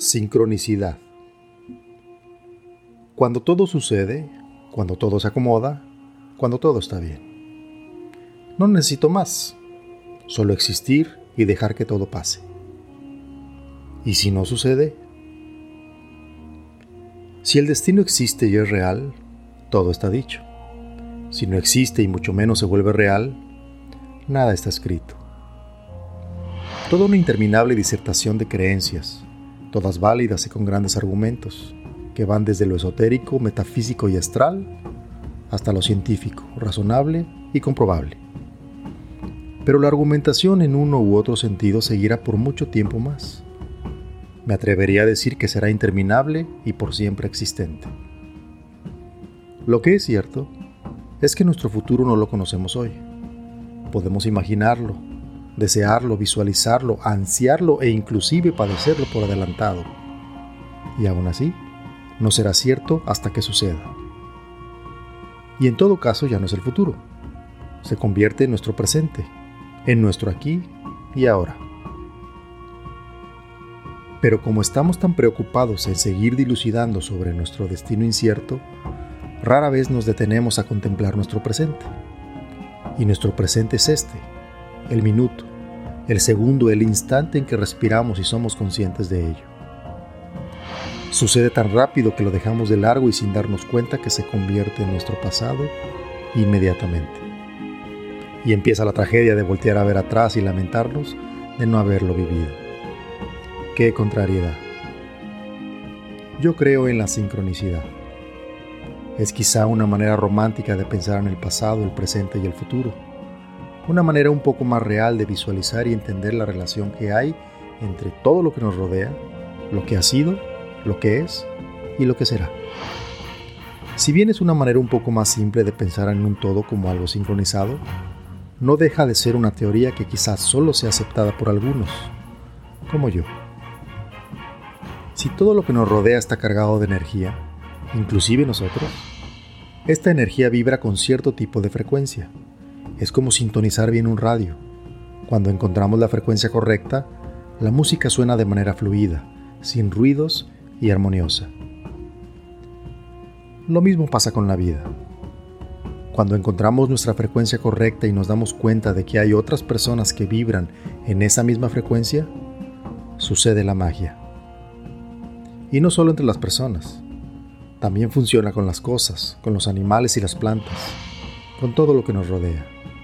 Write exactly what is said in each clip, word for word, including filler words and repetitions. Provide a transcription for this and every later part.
Sincronicidad. Cuando todo sucede, cuando todo se acomoda, cuando todo está bien. No necesito más, solo existir y dejar que todo pase. ¿Y si no sucede? Si el destino existe y es real, todo está dicho. Si no existe y mucho menos se vuelve real, nada está escrito. Toda una interminable disertación de creencias, todas válidas y con grandes argumentos, que van desde lo esotérico, metafísico y astral, hasta lo científico, razonable y comprobable. Pero la argumentación en uno u otro sentido seguirá por mucho tiempo más. Me atrevería a decir que será interminable y por siempre existente. Lo que es cierto es que nuestro futuro no lo conocemos hoy. Podemos imaginarlo, desearlo, visualizarlo, ansiarlo e inclusive padecerlo por adelantado. Y aún así, no será cierto hasta que suceda. Y en todo caso ya no es el futuro. Se convierte en nuestro presente, en nuestro aquí y ahora. Pero como estamos tan preocupados en seguir dilucidando sobre nuestro destino incierto, rara vez nos detenemos a contemplar nuestro presente. Y nuestro presente es este, el minuto, el segundo, el instante en que respiramos y somos conscientes de ello. Sucede tan rápido que lo dejamos de largo y sin darnos cuenta que se convierte en nuestro pasado inmediatamente. Y empieza la tragedia de voltear a ver atrás y lamentarnos de no haberlo vivido. ¡Qué contrariedad! Yo creo en la sincronicidad. Es quizá una manera romántica de pensar en el pasado, el presente y el futuro. Una manera un poco más real de visualizar y entender la relación que hay entre todo lo que nos rodea, lo que ha sido, lo que es y lo que será. Si bien es una manera un poco más simple de pensar en un todo como algo sincronizado, no deja de ser una teoría que quizás solo sea aceptada por algunos, como yo. Si todo lo que nos rodea está cargado de energía, inclusive nosotros, esta energía vibra con cierto tipo de frecuencia. Es como sintonizar bien un radio. Cuando encontramos la frecuencia correcta, la música suena de manera fluida, sin ruidos y armoniosa. Lo mismo pasa con la vida. Cuando encontramos nuestra frecuencia correcta y nos damos cuenta de que hay otras personas que vibran en esa misma frecuencia, sucede la magia. Y no solo entre las personas, también funciona con las cosas, con los animales y las plantas, con todo lo que nos rodea.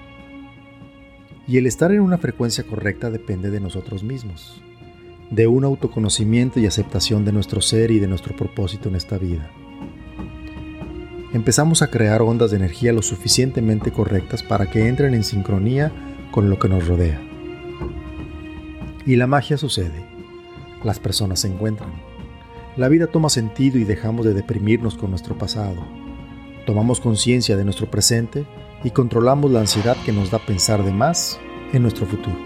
Y el estar en una frecuencia correcta depende de nosotros mismos, de un autoconocimiento y aceptación de nuestro ser y de nuestro propósito en esta vida. Empezamos a crear ondas de energía lo suficientemente correctas para que entren en sincronía con lo que nos rodea. Y la magia sucede. Las personas se encuentran. La vida toma sentido y dejamos de deprimirnos con nuestro pasado. Tomamos conciencia de nuestro presente y controlamos la ansiedad que nos da pensar de más en nuestro futuro.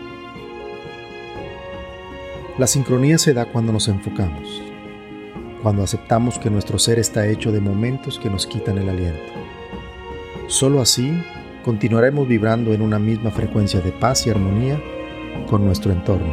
La sincronía se da cuando nos enfocamos, cuando aceptamos que nuestro ser está hecho de momentos que nos quitan el aliento. Solo así continuaremos vibrando en una misma frecuencia de paz y armonía con nuestro entorno.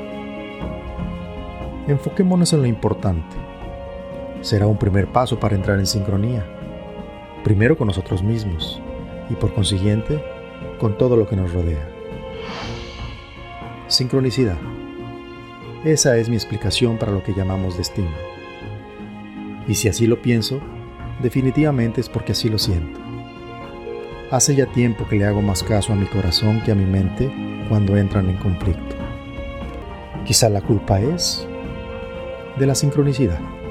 Enfoquémonos en lo importante. Será un primer paso para entrar en sincronía, primero con nosotros mismos y por consiguiente con todo lo que nos rodea. Sincronicidad. Esa es mi explicación para lo que llamamos destino. Y si así lo pienso, definitivamente es porque así lo siento. Hace ya tiempo que le hago más caso a mi corazón que a mi mente cuando entran en conflicto. Quizá la culpa es de la sincronicidad.